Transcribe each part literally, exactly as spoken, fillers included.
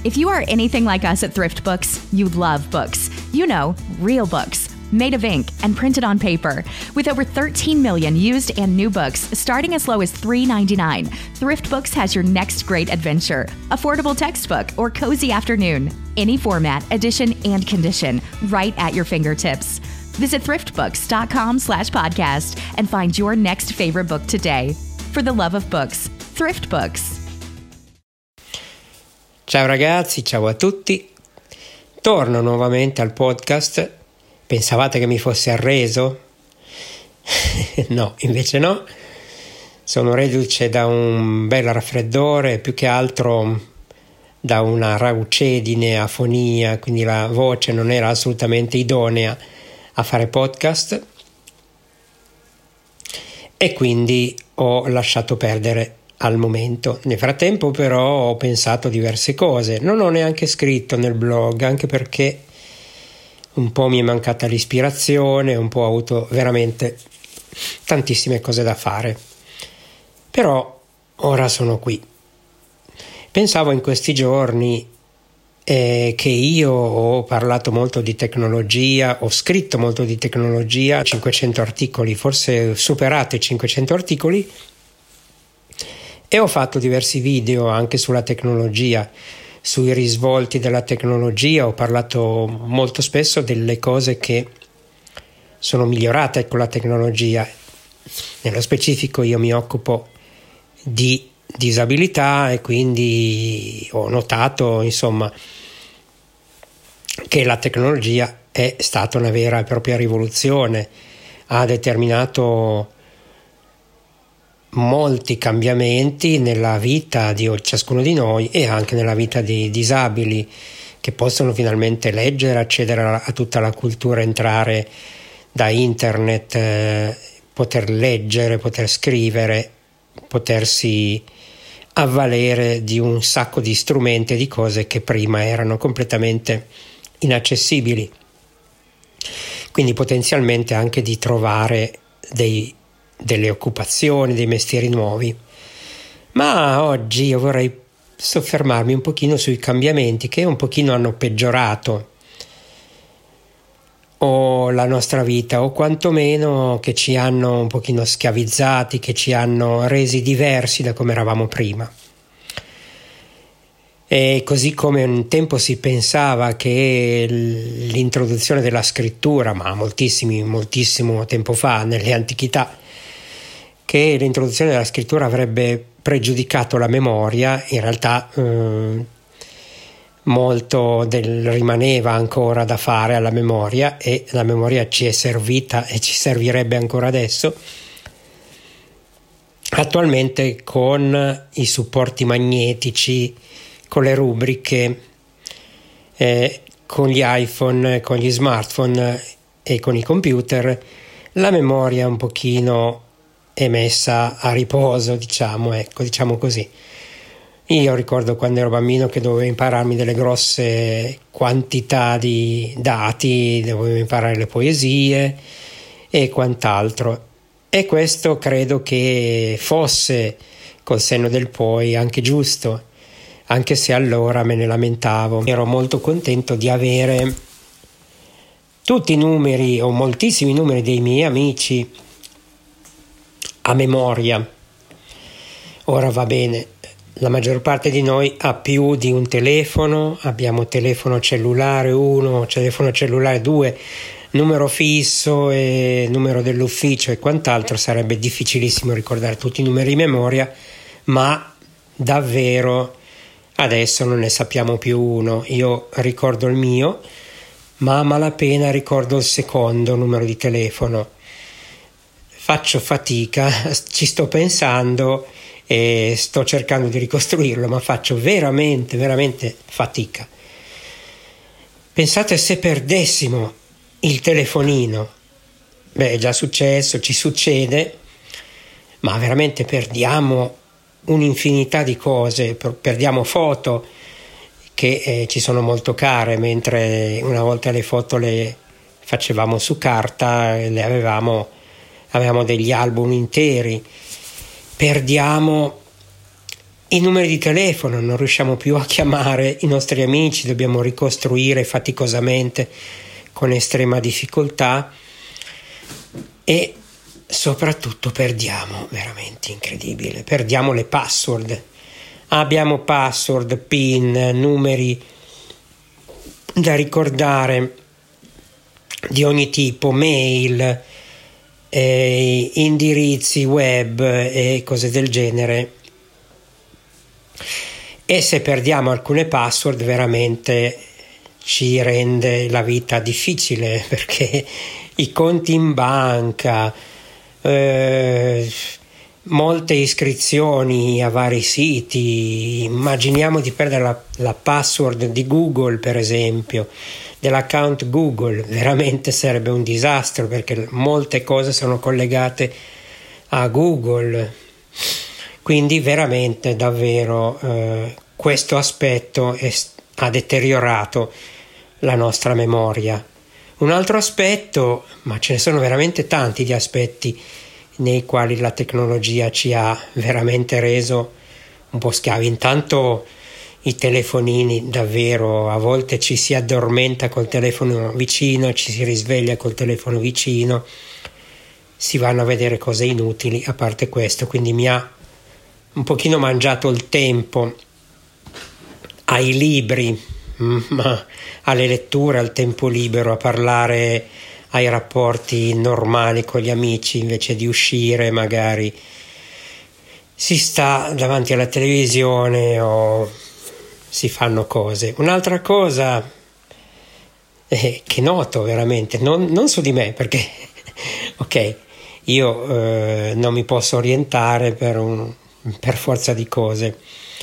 If you are anything like us at Thrift Books, you love books. You know, real books, made of ink and printed on paper. With over thirteen million used and new books starting as low as three dollars and ninety-nine cents, Thrift Books has your next great adventure. Affordable textbook or cozy afternoon. Any format, edition, and condition, right at your fingertips. Visit thriftbooks.com slash podcast and find your next favorite book today. For the love of books, Thrift Books. Ciao ragazzi, ciao a tutti. Torno nuovamente al podcast. Pensavate che mi fossi arreso? No, invece no. Sono reduce da un bel raffreddore, più che altro da una raucedine afonia, quindi la voce non era assolutamente idonea a fare podcast e quindi ho lasciato perdere al momento. Nel frattempo però ho pensato diverse cose, non ho neanche scritto nel blog, anche perché un po' mi è mancata l'ispirazione, un po' ho avuto veramente tantissime cose da fare, però ora sono qui. Pensavo in questi giorni eh, che io ho parlato molto di tecnologia, ho scritto molto di tecnologia, cinquecento articoli, forse superato i cinquecento articoli, e ho fatto diversi video anche sulla tecnologia, sui risvolti della tecnologia. Ho parlato molto spesso delle cose che sono migliorate con la tecnologia. Nello specifico io mi occupo di disabilità e quindi ho notato, insomma, che la tecnologia è stata una vera e propria rivoluzione, ha determinato molti cambiamenti nella vita di ciascuno di noi e anche nella vita dei disabili, che possono finalmente leggere, accedere a, a tutta la cultura, entrare da internet, eh, poter leggere, poter scrivere, potersi avvalere di un sacco di strumenti e di cose che prima erano completamente inaccessibili, quindi potenzialmente anche di trovare dei delle occupazioni, dei mestieri nuovi. Ma oggi io vorrei soffermarmi un pochino sui cambiamenti che un pochino hanno peggiorato o la nostra vita, o quantomeno che ci hanno un pochino schiavizzati, che ci hanno resi diversi da come eravamo prima. E così come un tempo si pensava che l'introduzione della scrittura, ma moltissimi, moltissimo tempo fa, nelle antichità, che l'introduzione della scrittura avrebbe pregiudicato la memoria, in realtà eh, molto del rimaneva ancora da fare alla memoria, e la memoria ci è servita e ci servirebbe ancora adesso. Attualmente con i supporti magnetici, con le rubriche, eh, con gli iPhone, con gli smartphone e con i computer, la memoria un pochino è messa a riposo, diciamo, ecco, diciamo così. Io ricordo quando ero bambino che dovevo impararmi delle grosse quantità di dati, dovevo imparare le poesie e quant'altro, e questo credo che fosse, col senno del poi, anche giusto, anche se allora me ne lamentavo. Ero molto contento di avere tutti i numeri o moltissimi numeri dei miei amici a memoria. Ora va bene, la maggior parte di noi ha più di un telefono, abbiamo telefono cellulare uno, telefono cellulare due, numero fisso e numero dell'ufficio e quant'altro. Sarebbe difficilissimo ricordare tutti i numeri in memoria, ma davvero adesso non ne sappiamo più uno. Io ricordo il mio, ma a malapena ricordo il secondo numero di telefono. Faccio fatica, ci sto pensando e sto cercando di ricostruirlo, ma faccio veramente, veramente fatica. Pensate se perdessimo il telefonino. Beh, è già successo, ci succede, ma veramente perdiamo un'infinità di cose, perdiamo foto che eh, ci sono molto care, mentre una volta le foto le facevamo su carta, le avevamo avevamo degli album interi. Perdiamo i numeri di telefono, non riusciamo più a chiamare i nostri amici, dobbiamo ricostruire faticosamente con estrema difficoltà, e soprattutto perdiamo, veramente incredibile, perdiamo le password. Abbiamo password, pin, numeri da ricordare di ogni tipo, mail, eh, indirizzi web e cose del genere, e se perdiamo alcune password veramente ci rende la vita difficile, perché i conti in banca, eh, molte iscrizioni a vari siti, immaginiamo di perdere la, la password di Google, per esempio, dell'account Google, veramente sarebbe un disastro, perché molte cose sono collegate a Google, quindi veramente davvero eh, questo aspetto è, ha deteriorato la nostra memoria. Un altro aspetto, ma ce ne sono veramente tanti di aspetti nei quali la tecnologia ci ha veramente reso un po' schiavi. Intanto i telefonini, davvero, a volte ci si addormenta col telefono vicino, ci si risveglia col telefono vicino, si vanno a vedere cose inutili, a parte questo, quindi mi ha un pochino mangiato il tempo ai libri, ma alle letture, al tempo libero, a parlare, ai rapporti normali con gli amici, invece di uscire magari si sta davanti alla televisione o si fanno cose. Un'altra cosa eh, che noto veramente, non, non su di me, perché ok, io eh, non mi posso orientare per, un, per forza di cose,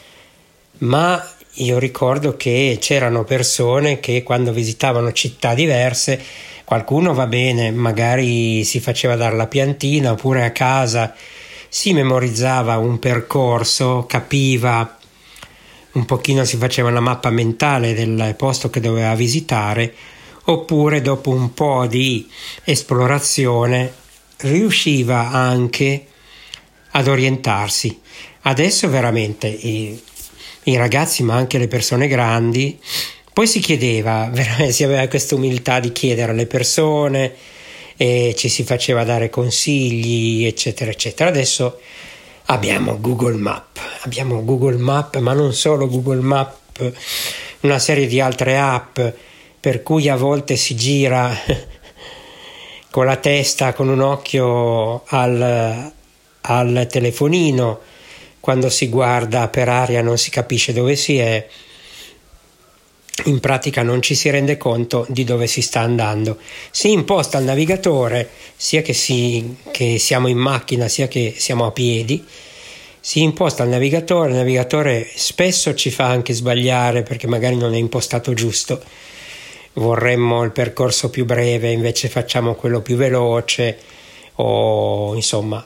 ma io ricordo che c'erano persone che quando visitavano città diverse, qualcuno va bene, magari si faceva dare la piantina, oppure a casa si memorizzava un percorso, capiva un pochino, si faceva una mappa mentale del posto che doveva visitare, oppure dopo un po' di esplorazione riusciva anche ad orientarsi. Adesso veramente i, i ragazzi, ma anche le persone grandi, poi si chiedeva, veramente si aveva questa umiltà di chiedere alle persone e ci si faceva dare consigli, eccetera eccetera. Adesso abbiamo Google Map, abbiamo Google Map, ma non solo Google Map, una serie di altre app per cui a volte si gira con la testa, con un occhio al, al telefonino, quando si guarda per aria non si capisce dove si è, in pratica non ci si rende conto di dove si sta andando. Si imposta il navigatore, sia che, si, che siamo in macchina sia che siamo a piedi, si imposta il navigatore, il navigatore spesso ci fa anche sbagliare perché magari non è impostato giusto, vorremmo il percorso più breve invece facciamo quello più veloce, o insomma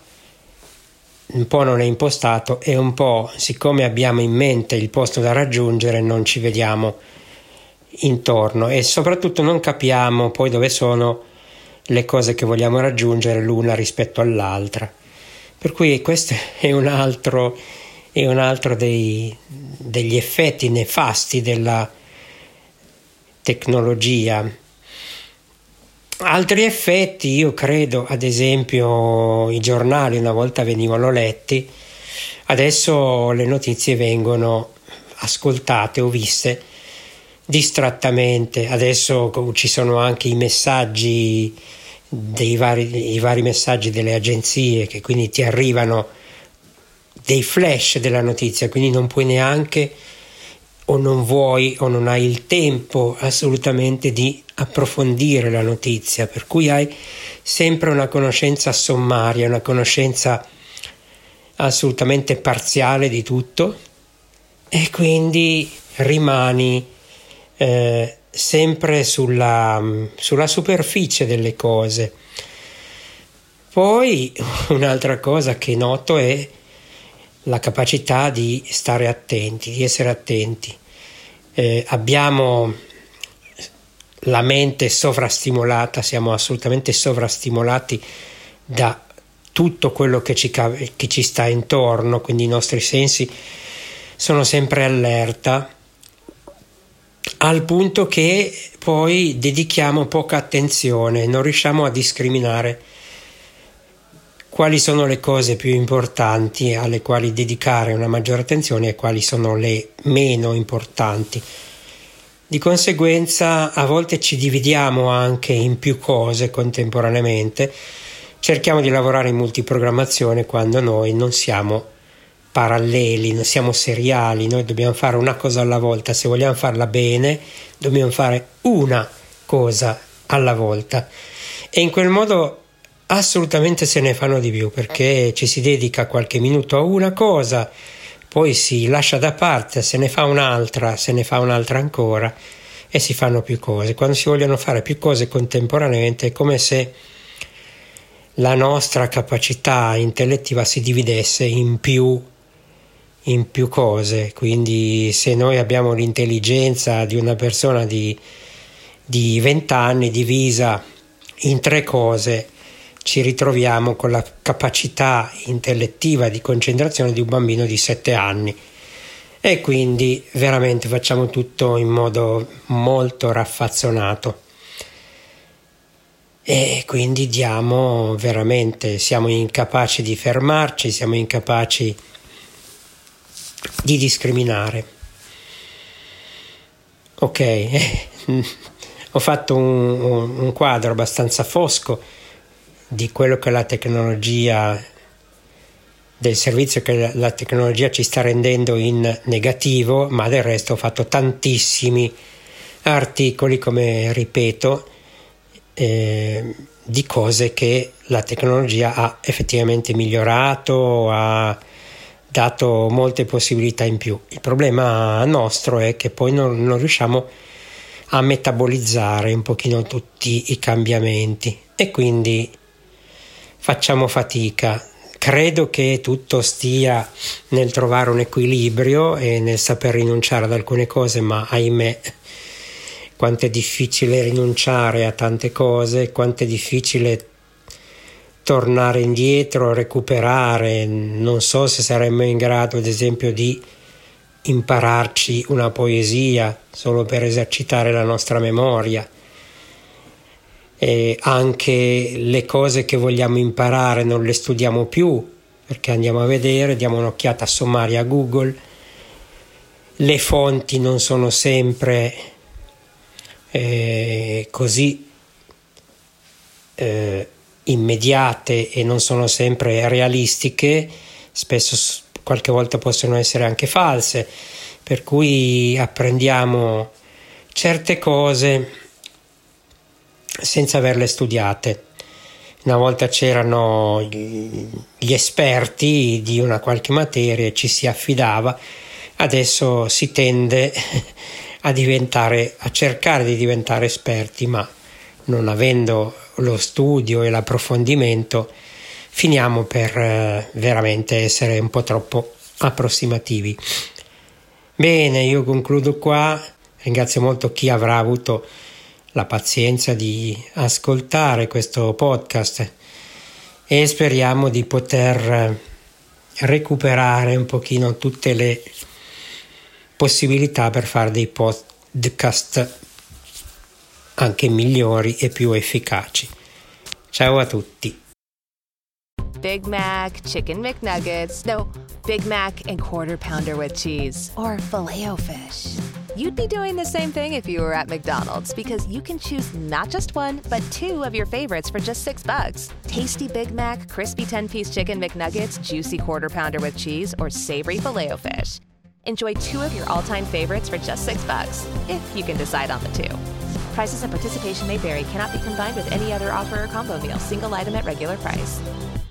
un po' non è impostato e un po', siccome abbiamo in mente il posto da raggiungere, non ci vediamo intorno e soprattutto non capiamo poi dove sono le cose che vogliamo raggiungere l'una rispetto all'altra. Per cui questo è un altro, è un altro dei, degli effetti nefasti della tecnologia. Altri effetti, io credo, ad esempio i giornali una volta venivano letti, adesso le notizie vengono ascoltate o viste distrattamente. Adesso ci sono anche i messaggi dei vari, i vari messaggi delle agenzie che quindi ti arrivano dei flash della notizia, quindi non puoi neanche, o non vuoi o non hai il tempo assolutamente di approfondire la notizia, per cui hai sempre una conoscenza sommaria, una conoscenza assolutamente parziale di tutto e quindi rimani eh, sempre sulla, sulla superficie delle cose. Poi un'altra cosa che noto è la capacità di stare attenti, di essere attenti. Eh, abbiamo la mente sovrastimolata, siamo assolutamente sovrastimolati da tutto quello che ci, che ci sta intorno, quindi i nostri sensi sono sempre allerta, al punto che poi dedichiamo poca attenzione, non riusciamo a discriminare quali sono le cose più importanti alle quali dedicare una maggiore attenzione e quali sono le meno importanti. Di conseguenza a volte ci dividiamo anche in più cose contemporaneamente, cerchiamo di lavorare in multiprogrammazione quando noi non siamo paralleli, non siamo seriali, noi dobbiamo fare una cosa alla volta. Se vogliamo farla bene dobbiamo fare una cosa alla volta, e in quel modo assolutamente se ne fanno di più, perché ci si dedica qualche minuto a una cosa, poi si lascia da parte, se ne fa un'altra, se ne fa un'altra ancora e si fanno più cose. Quando si vogliono fare più cose contemporaneamente è come se la nostra capacità intellettiva si dividesse in più in più cose. Quindi se noi abbiamo l'intelligenza di una persona di di venti anni divisa in tre cose, ci ritroviamo con la capacità intellettiva di concentrazione di un bambino di sette anni, e quindi veramente facciamo tutto in modo molto raffazzonato, e quindi diamo veramente, siamo incapaci di fermarci, siamo incapaci di discriminare. Ok, ho fatto un, un, un quadro abbastanza fosco di quello che la tecnologia, del servizio che la tecnologia ci sta rendendo in negativo, ma del resto ho fatto tantissimi articoli, come ripeto, eh, di cose che la tecnologia ha effettivamente migliorato, ha dato molte possibilità in più. Il problema nostro è che poi non, non riusciamo a metabolizzare un pochino tutti i cambiamenti, e quindi facciamo fatica. Credo che tutto stia nel trovare un equilibrio e nel saper rinunciare ad alcune cose, ma ahimè, quanto è difficile rinunciare a tante cose, quanto è difficile tornare indietro, recuperare. Non so se saremmo in grado, ad esempio, di impararci una poesia solo per esercitare la nostra memoria. E anche le cose che vogliamo imparare non le studiamo più, perché andiamo a vedere, diamo un'occhiata sommaria a Google, le fonti non sono sempre eh, così eh, immediate e non sono sempre realistiche, spesso qualche volta possono essere anche false, per cui apprendiamo certe cose senza averle studiate. Una volta c'erano gli esperti di una qualche materia e ci si affidava, adesso si tende a diventare, a cercare di diventare esperti, ma non avendo lo studio e l'approfondimento finiamo per eh, veramente essere un po' troppo approssimativi. Bene, io concludo qua, ringrazio molto chi avrà avuto la pazienza di ascoltare questo podcast e speriamo di poter recuperare un pochino tutte le possibilità per fare dei podcast anche migliori e più efficaci. Ciao a tutti. Big Mac, Chicken McNuggets, no, Big Mac and Quarter Pounder with cheese, or Filet-O-Fish. You'd be doing the same thing if you were at McDonald's, because you can choose not just one, but two of your favorites for just six bucks. Tasty Big Mac, crispy ten-piece Chicken McNuggets, juicy Quarter Pounder with cheese, or savory Filet-O-Fish. Enjoy two of your all-time favorites for just six bucks, if you can decide on the two. Prices and participation may vary. Cannot be combined with any other offer or combo meal. Single item at regular price.